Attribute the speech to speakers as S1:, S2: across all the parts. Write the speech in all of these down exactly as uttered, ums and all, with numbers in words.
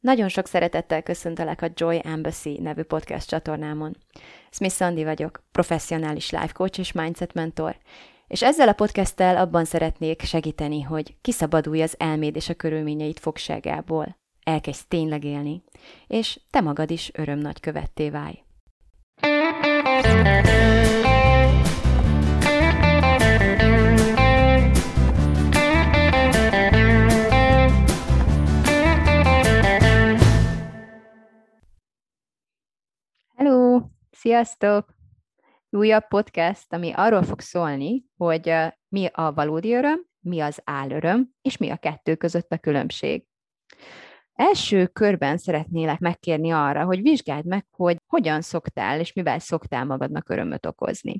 S1: Nagyon sok szeretettel köszöntelek a Joy Embassy nevű podcast csatornámon. Smith Szandi vagyok, professzionális life coach és mindset mentor, és ezzel a podcasttel abban szeretnék segíteni, hogy kiszabadulj az elméd és a körülményeid fogságából, elkezdj tényleg élni, és te magad is öröm nagykövetté válj. Hello! Sziasztok! Újabb podcast, ami arról fog szólni, hogy uh, mi a valódi öröm, mi az álöröm, és mi a kettő között a különbség. Első körben szeretnélek megkérni arra, hogy vizsgáld meg, hogy hogyan szoktál, és mivel szoktál magadnak örömöt okozni.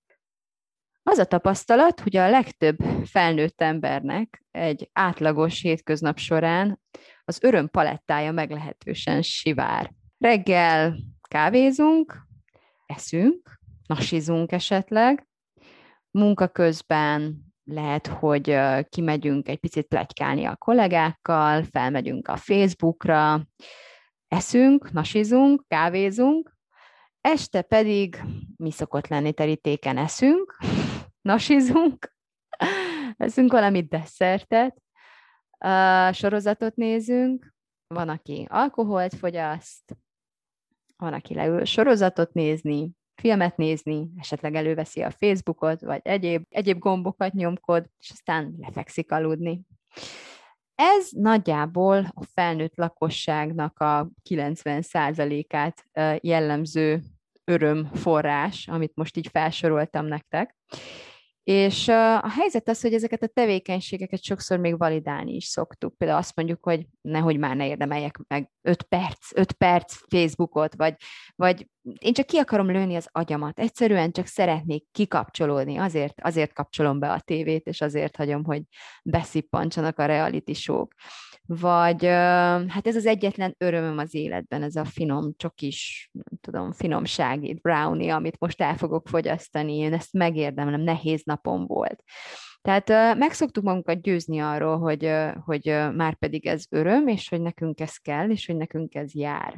S1: Az a tapasztalat, hogy a legtöbb felnőtt embernek egy átlagos hétköznap során az öröm palettája meglehetősen sivár. Reggel kávézunk, eszünk, nasizunk esetleg, munka közben lehet, hogy kimegyünk egy picit pletykálni a kollégákkal, felmegyünk a Facebookra, eszünk, nasizunk, kávézunk, este pedig mi szokott lenni terítéken, eszünk, nasizunk, eszünk valami desszertet, sorozatot nézünk, van, aki alkoholt fogyaszt, van, aki leül sorozatot nézni, filmet nézni, esetleg előveszi a Facebookot, vagy egyéb, egyéb gombokat nyomkod, és aztán lefekszik aludni. Ez nagyjából a felnőtt lakosságnak a kilencven százalékát jellemző örömforrás, amit most így felsoroltam nektek. És a helyzet az, hogy ezeket a tevékenységeket sokszor még validálni is szoktuk. Például azt mondjuk, hogy nehogy már ne érdemeljek meg öt perc, öt perc Facebookot, vagy, vagy én csak ki akarom lőni az agyamat. Egyszerűen csak szeretnék kikapcsolódni, azért, azért kapcsolom be a tévét, és azért hagyom, hogy beszippancsanak a reality show-k. Vagy hát ez az egyetlen örömöm az életben, ez a finom csokis, nem tudom, finomságít, brownie, amit most el fogok fogyasztani, én ezt megérdemlem, nehéz napom volt. Tehát megszoktuk magunkat győzni arról, hogy, hogy már pedig ez öröm, és hogy nekünk ez kell, és hogy nekünk ez jár.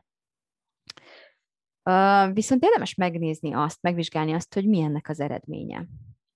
S1: Viszont érdemes megnézni azt, megvizsgálni azt, hogy mi ennek az eredménye.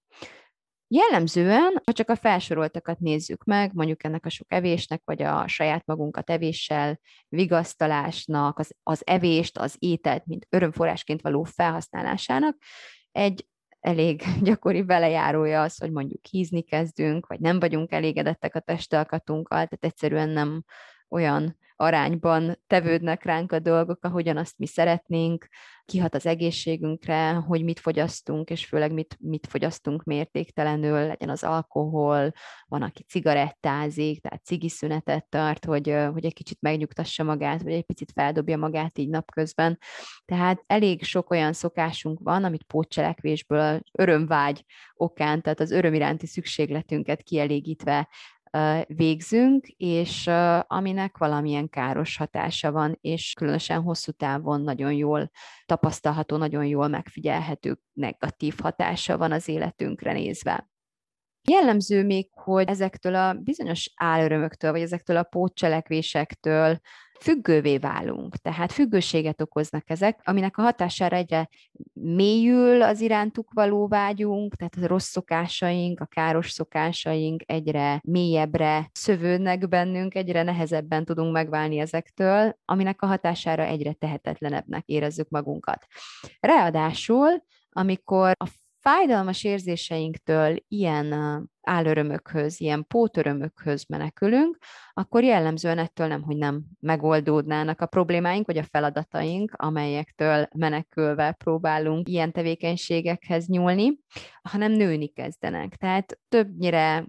S1: Jellemzően, ha csak a felsoroltakat nézzük meg, mondjuk ennek a sok evésnek, vagy a saját magunkat evéssel, vigasztalásnak, az, az evést, az ételt, mint örömforrásként való felhasználásának, egy elég gyakori velejárója az, hogy mondjuk hízni kezdünk, vagy nem vagyunk elégedettek a testalkatunkkal, tehát egyszerűen nem olyan arányban tevődnek ránk a dolgok, ahogyan azt mi szeretnénk, kihat az egészségünkre, hogy mit fogyasztunk, és főleg mit, mit fogyasztunk mértéktelenül, legyen az alkohol, van, aki cigarettázik, tehát cigiszünetet tart, hogy, hogy egy kicsit megnyugtassa magát, vagy egy picit feldobja magát így napközben. Tehát elég sok olyan szokásunk van, amit pótcselekvésből örömvágy okán, tehát az öröm iránti szükségletünket kielégítve végzünk, és aminek valamilyen káros hatása van, és különösen hosszú távon nagyon jól tapasztalható, nagyon jól megfigyelhető negatív hatása van az életünkre nézve. Jellemző még, hogy ezektől a bizonyos álörömöktől, vagy ezektől a pótcselekvésektől függővé válunk. Tehát függőséget okoznak ezek, aminek a hatására egyre mélyül az irántuk való vágyunk, tehát a rossz szokásaink, a káros szokásaink egyre mélyebbre szövődnek bennünk, egyre nehezebben tudunk megválni ezektől, aminek a hatására egyre tehetetlenebbnek érezzük magunkat. Ráadásul, amikor a fájdalmas érzéseinktől ilyen álörömökhöz, ilyen pótörömökhöz menekülünk, akkor jellemzően ettől nem, hogy nem megoldódnának a problémáink, vagy a feladataink, amelyektől menekülve próbálunk ilyen tevékenységekhez nyúlni, hanem nőni kezdenek. Tehát többnyire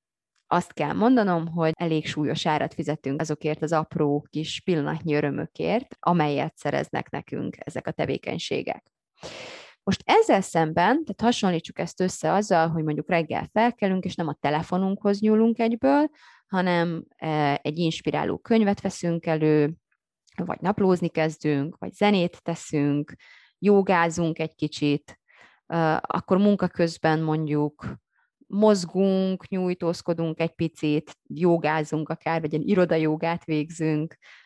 S1: azt kell mondanom, hogy elég súlyos árat fizetünk azokért az apró kis pillanatnyi örömökért, amelyet szereznek nekünk ezek a tevékenységek. Most ezzel szemben, tehát hasonlítsuk ezt össze azzal, hogy mondjuk reggel felkelünk, és nem a telefonunkhoz nyúlunk egyből, hanem egy inspiráló könyvet veszünk elő, vagy naplózni kezdünk, vagy zenét teszünk, jogázunk egy kicsit, akkor munka közben mondjuk mozgunk, nyújtózkodunk egy picit, jogázunk akár, vagy egy irodajogát végzünk,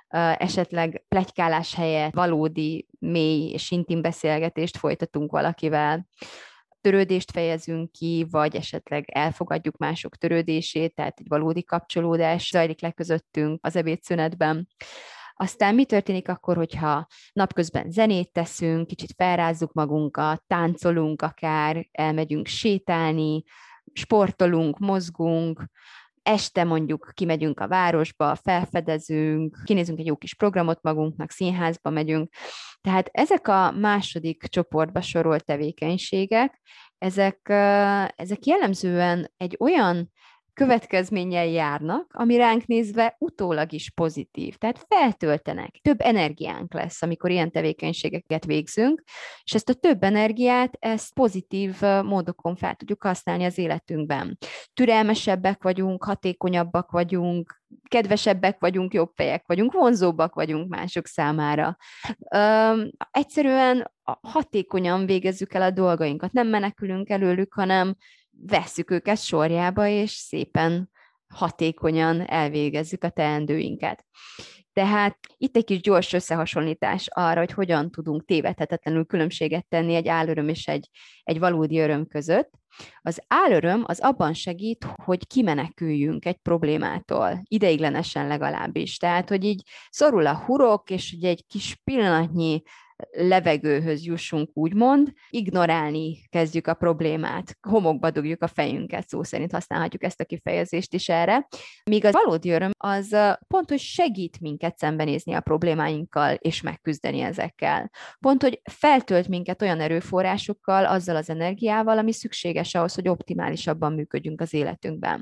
S1: esetleg pletykálás helyett valódi, mély és intim beszélgetést folytatunk valakivel, törődést fejezünk ki, vagy esetleg elfogadjuk mások törődését, tehát egy valódi kapcsolódás zajlik le közöttünk az ebédszünetben. Aztán mi történik akkor, hogyha napközben zenét teszünk, kicsit felrázzuk magunkat, táncolunk akár, elmegyünk sétálni, sportolunk, mozgunk, este mondjuk kimegyünk a városba, felfedezünk, kinézünk egy jó kis programot magunknak, színházba megyünk. Tehát ezek a második csoportba sorolt tevékenységek, ezek, ezek jellemzően egy olyan következménnyel járnak, ami ránk nézve utólag is pozitív. Tehát feltöltenek, több energiánk lesz, amikor ilyen tevékenységeket végzünk, és ezt a több energiát, ezt pozitív módokon fel tudjuk használni az életünkben. Türelmesebbek vagyunk, hatékonyabbak vagyunk, kedvesebbek vagyunk, jobb fejek vagyunk, vonzóbbak vagyunk mások számára. Üm, egyszerűen hatékonyan végezzük el a dolgainkat, nem menekülünk előlük, hanem vesszük őket sorjába, és szépen hatékonyan elvégezzük a teendőinket. Tehát itt egy kis gyors összehasonlítás arra, hogy hogyan tudunk tévedhetetlenül különbséget tenni egy álöröm és egy, egy valódi öröm között. Az álöröm az abban segít, hogy kimeneküljünk egy problémától, ideiglenesen legalábbis. Tehát, hogy így szorul a hurok, és ugye egy kis pillanatnyi levegőhöz jussunk, úgymond, ignorálni kezdjük a problémát, homokba dugjuk a fejünket, szó szerint használhatjuk ezt a kifejezést is erre, míg a valódi öröm az pont, hogy segít minket szembenézni a problémáinkkal, és megküzdeni ezekkel. Pont, hogy feltölt minket olyan erőforrásokkal, azzal az energiával, ami szükséges ahhoz, hogy optimálisabban működjünk az életünkben.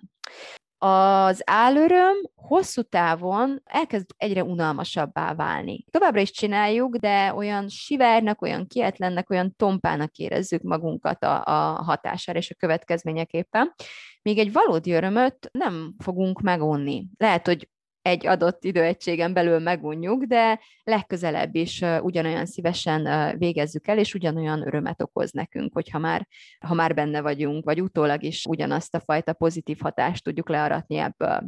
S1: Az álöröm hosszú távon elkezd egyre unalmasabbá válni. Továbbra is csináljuk, de olyan sivárnak, olyan kietlennek, olyan tompának érezzük magunkat a, a hatására és a következményeképpen, míg egy valódi örömöt nem fogunk megunni. Lehet, hogy egy adott időegységen belül megunjuk, de legközelebb is ugyanolyan szívesen végezzük el, és ugyanolyan örömet okoz nekünk, hogyha már, ha már benne vagyunk, vagy utólag is ugyanazt a fajta pozitív hatást tudjuk learatni ebből.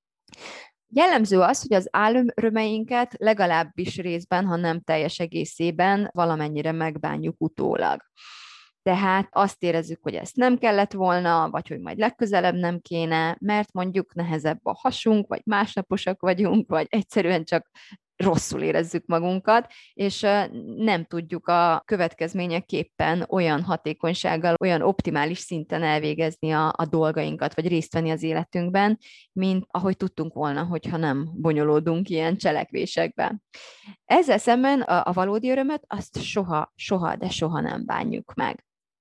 S1: Jellemző az, hogy az álörömeinket legalábbis részben, ha nem teljes egészében valamennyire megbánjuk utólag. Tehát azt érezzük, hogy ezt nem kellett volna, vagy hogy majd legközelebb nem kéne, mert mondjuk nehezebb a hasunk, vagy másnaposak vagyunk, vagy egyszerűen csak rosszul érezzük magunkat, és nem tudjuk a következményeképpen olyan hatékonysággal, olyan optimális szinten elvégezni a, a dolgainkat, vagy részt venni az életünkben, mint ahogy tudtunk volna, hogyha nem bonyolódunk ilyen cselekvésekbe. Ezzel szemben a, a valódi örömöt azt soha, soha, de soha nem bánjuk meg.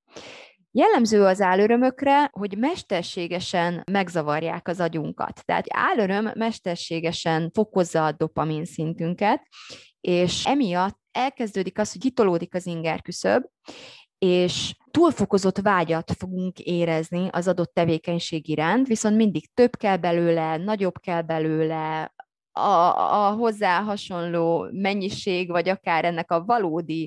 S1: Jellemző az álörömökre, hogy mesterségesen megzavarják az agyunkat. Tehát álöröm mesterségesen fokozza a dopamin szintünket, és emiatt elkezdődik az, hogy kitolódik az ingerküszöb, és túlfokozott vágyat fogunk érezni az adott tevékenység iránt, viszont mindig több kell belőle, nagyobb kell belőle, a, a hozzá hasonló mennyiség, vagy akár ennek a valódi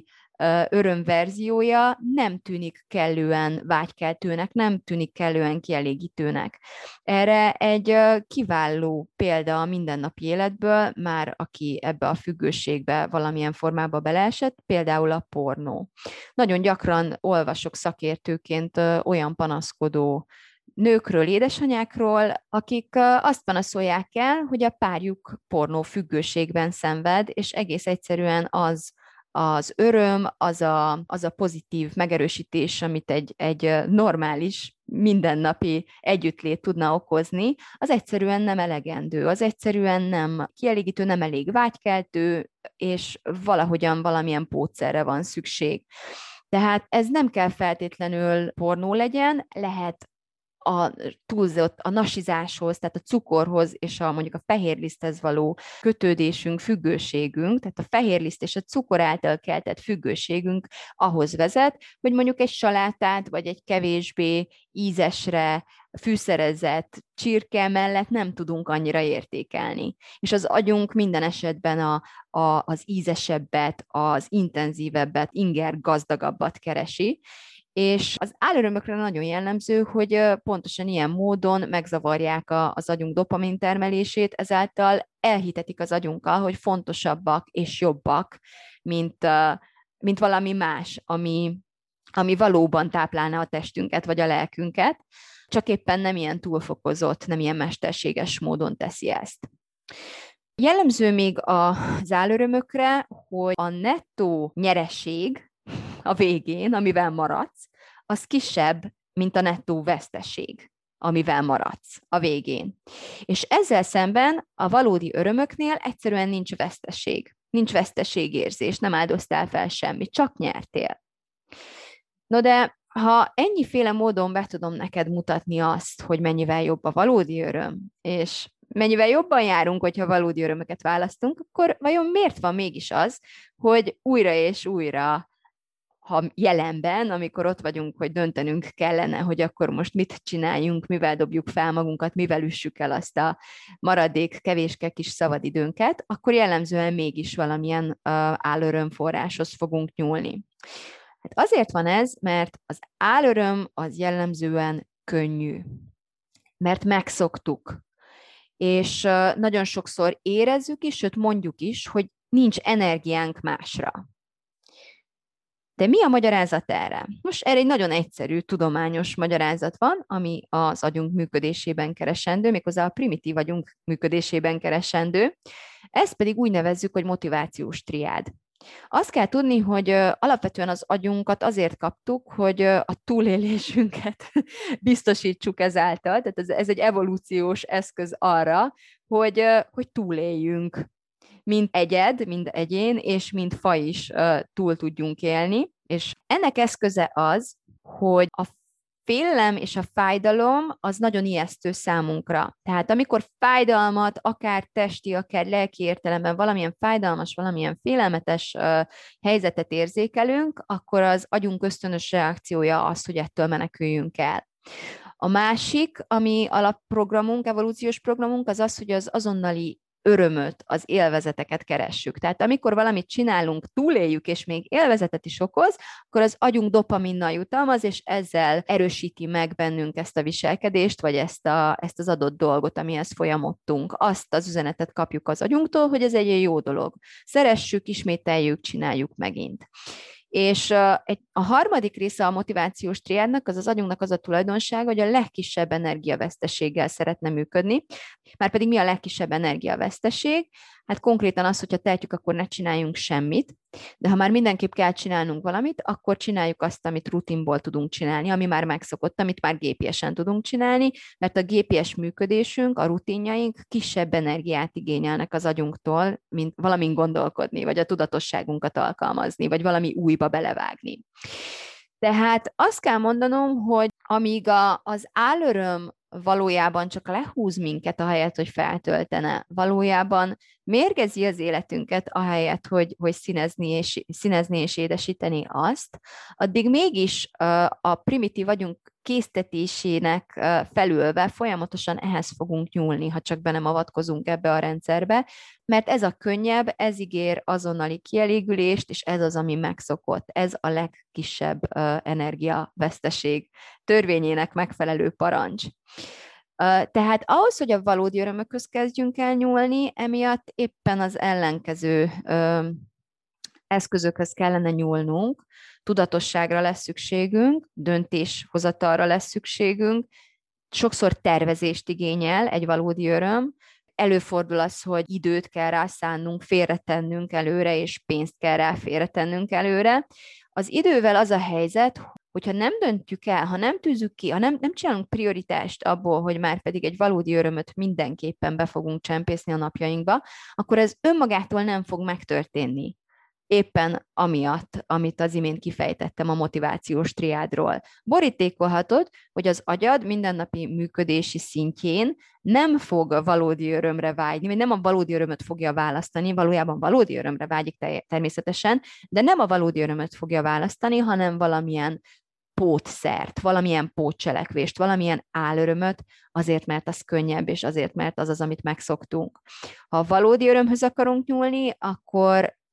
S1: örömverziója nem tűnik kellően vágykeltőnek, nem tűnik kellően kielégítőnek. Erre egy kiváló példa a mindennapi életből, már aki ebbe a függőségbe valamilyen formába beleesett, például a pornó. Nagyon gyakran olvasok szakértőként olyan panaszkodó nőkről, édesanyákról, akik azt panaszolják el, hogy a párjuk pornó függőségben szenved, és egész egyszerűen az az öröm, az a, az a pozitív megerősítés, amit egy, egy normális, mindennapi együttlét tudna okozni, az egyszerűen nem elegendő, az egyszerűen nem kielégítő, nem elég vágykeltő, és valahogyan valamilyen pótszerre van szükség. Tehát ez nem kell feltétlenül pornó legyen, lehet a túlzott, a nasizáshoz, tehát a cukorhoz és a, mondjuk a fehérliszthez való kötődésünk, függőségünk, tehát a fehérliszt és a cukor által keltett függőségünk ahhoz vezet, hogy mondjuk egy salátát, vagy egy kevésbé ízesre fűszerezett csirke mellett nem tudunk annyira értékelni. És az agyunk minden esetben a, a, az ízesebbet, az intenzívebbet, inger gazdagabbat keresi, És az álörömökre nagyon jellemző, hogy pontosan ilyen módon megzavarják a, az agyunk dopamin termelését, ezáltal elhitetik az agyunkkal, hogy fontosabbak és jobbak, mint, mint valami más, ami, ami valóban táplálna a testünket vagy a lelkünket, csak éppen nem ilyen túlfokozott, nem ilyen mesterséges módon teszi ezt. Jellemző még az álörömökre, hogy a nettó nyereség a végén, amivel maradsz, az kisebb, mint a nettó veszteség, amivel maradsz a végén. És ezzel szemben a valódi örömöknél egyszerűen nincs veszteség. Nincs veszteségérzés, nem áldoztál fel semmit, csak nyertél. No de ha ennyiféle módon be tudom neked mutatni azt, hogy mennyivel jobb a valódi öröm, és mennyivel jobban járunk, hogyha valódi örömöket választunk, akkor vajon miért van mégis az, hogy újra és újra, ha jelenben, amikor ott vagyunk, hogy döntenünk kellene, hogy akkor most mit csináljunk, mivel dobjuk fel magunkat, mivel üssük el azt a maradék kevéske kis szabadidőnket, akkor jellemzően mégis valamilyen uh, álörömforráshoz fogunk nyúlni. Hát azért van ez, mert az álöröm az jellemzően könnyű, mert megszoktuk, és uh, nagyon sokszor érezzük is, sőt mondjuk is, hogy nincs energiánk másra. De mi a magyarázat erre? Most erre egy nagyon egyszerű, tudományos magyarázat van, ami az agyunk működésében keresendő, méghozzá a primitív agyunk működésében keresendő. Ezt pedig úgy nevezzük, hogy motivációs triád. Azt kell tudni, hogy alapvetően az agyunkat azért kaptuk, hogy a túlélésünket biztosítsuk ezáltal, tehát ez, ez egy evolúciós eszköz arra, hogy, hogy túléljünk. Mind egyed, mind egyén, és mind faj is uh, túl tudjunk élni. És ennek eszköze az, hogy a félelem és a fájdalom az nagyon ijesztő számunkra. Tehát amikor fájdalmat, akár testi, akár lelki értelemben valamilyen fájdalmas, valamilyen félelmetes uh, helyzetet érzékelünk, akkor az agyunk ösztönös reakciója az, hogy ettől meneküljünk el. A másik, ami alapprogramunk, evolúciós programunk, az az, hogy az azonnali örömöt, az élvezeteket keressük. Tehát amikor valamit csinálunk, túléljük, és még élvezetet is okoz, akkor az agyunk dopaminnal jutalmaz, és ezzel erősíti meg bennünk ezt a viselkedést, vagy ezt, a, ezt az adott dolgot, amihez folyamodtunk. Azt az üzenetet kapjuk az agyunktól, hogy ez egy jó dolog. Szeressük, ismételjük, csináljuk megint. És a harmadik része a motivációs triádnak, az az agyunknak az a tulajdonsága, hogy a legkisebb energiaveszteséggel szeretne működni. Márpedig mi a legkisebb energiaveszteség? Hát konkrétan az, hogyha tehetjük, akkor ne csináljunk semmit, de ha már mindenképp kell csinálnunk valamit, akkor csináljuk azt, amit rutinból tudunk csinálni, ami már megszokott, amit már gé pé esen tudunk csinálni, mert a gé pé es működésünk, a rutinjaink kisebb energiát igényelnek az agyunktól, mint valamin gondolkodni, vagy a tudatosságunkat alkalmazni, vagy valami újba belevágni. Tehát azt kell mondanom, hogy amíg a, az álöröm valójában csak lehúz minket, ahelyett, hogy feltöltene, valójában mérgezi az életünket, ahelyett, hogy, hogy színezni, és, színezni és édesíteni azt, addig mégis a primitív vagyunk késztetésének felülve folyamatosan ehhez fogunk nyúlni, ha csak be nem avatkozunk ebbe a rendszerbe, mert ez a könnyebb, ez ígér azonnali kielégülést, és ez az, ami megszokott. Ez a legkisebb energiaveszteség törvényének megfelelő parancs. Tehát ahhoz, hogy a valódi örömökhöz kezdjünk el nyúlni, emiatt éppen az ellenkező eszközökhöz kellene nyúlnunk, tudatosságra lesz szükségünk, döntéshozatalra lesz szükségünk, sokszor tervezést igényel egy valódi öröm, előfordul az, hogy időt kell rá szánnunk, félretennünk előre, és pénzt kell rá félretennünk előre. Az idővel az a helyzet, hogyha nem döntjük el, ha nem tűzzük ki, ha nem, nem csinálunk prioritást abból, hogy már pedig egy valódi örömöt mindenképpen be fogunk csempészni a napjainkba, akkor ez önmagától nem fog megtörténni. Éppen amiatt, amit az imént kifejtettem a motivációs triádról. Borítékolhatod, hogy az agyad mindennapi működési szintjén nem fog valódi örömre vágyni, vagy nem a valódi örömöt fogja választani, valójában valódi örömre vágyik természetesen, de nem a valódi örömöt fogja választani, hanem valamilyen pótszert, valamilyen pótcselekvést, valamilyen álörömöt, azért, mert az könnyebb, és azért, mert az az, amit megszoktunk. Ha valódi örömhöz akarunk nyúlni, akkor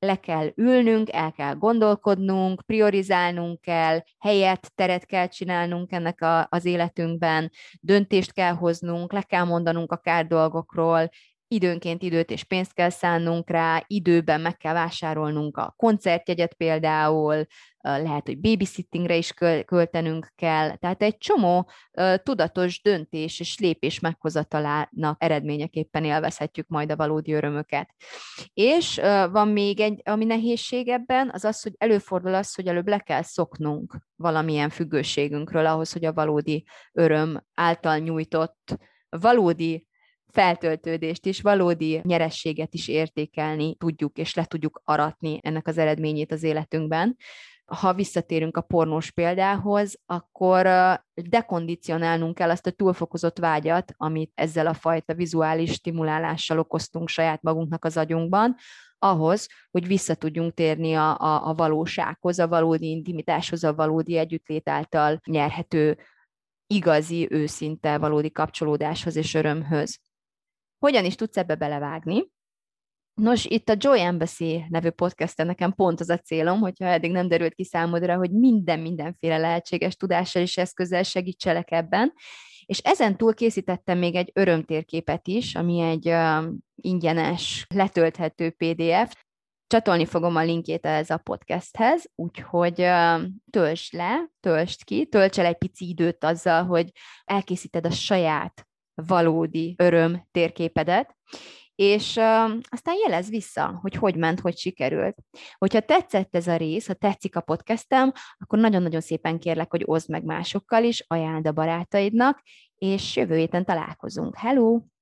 S1: le kell ülnünk, el kell gondolkodnunk, priorizálnunk kell, helyet, teret kell csinálnunk ennek a, az életünkben, döntést kell hoznunk, le kell mondanunk akár dolgokról, időnként időt és pénzt kell szánnunk rá, időben meg kell vásárolnunk a koncertjegyet például, lehet, hogy babysittingre is költenünk kell, tehát egy csomó uh, tudatos döntés és lépés meghozatalának eredményeképpen élvezhetjük majd a valódi örömöket. És uh, van még egy, ami nehézség ebben, az az, hogy előfordul az, hogy előbb le kell szoknunk valamilyen függőségünkről ahhoz, hogy a valódi öröm által nyújtott valódi feltöltődést is, valódi nyerességet is értékelni tudjuk, és le tudjuk aratni ennek az eredményét az életünkben. Ha visszatérünk a pornós példához, akkor dekondicionálnunk kell azt a túlfokozott vágyat, amit ezzel a fajta vizuális stimulálással okoztunk saját magunknak az agyunkban, ahhoz, hogy vissza tudjunk térni a, a, a valósághoz, a valódi intimitáshoz, a valódi együttlét által nyerhető igazi, őszinte, valódi kapcsolódáshoz és örömhöz. Hogyan is tudsz ebbe belevágni? Nos, itt a Joy Embassy nevű podcasten nekem pont az a célom, hogyha eddig nem derült ki számodra, hogy minden mindenféle lehetséges tudással és eszközzel segítselek ebben, és ezen túl készítettem még egy örömtérképet is, ami egy uh, ingyenes, letölthető pé dé ef. Csatolni fogom a linkjét ez a podcasthez, úgyhogy uh, töltsd le, töltsd ki, tölts el egy pici időt azzal, hogy elkészíted a saját valódi öröm térképedet, és uh, aztán jelezd vissza, hogy hogy ment, hogy sikerült. Hogyha tetszett ez a rész, ha tetszik a podcastem, akkor nagyon-nagyon szépen kérlek, hogy oszd meg másokkal is, ajánld a barátaidnak, és jövő héten találkozunk. Hello!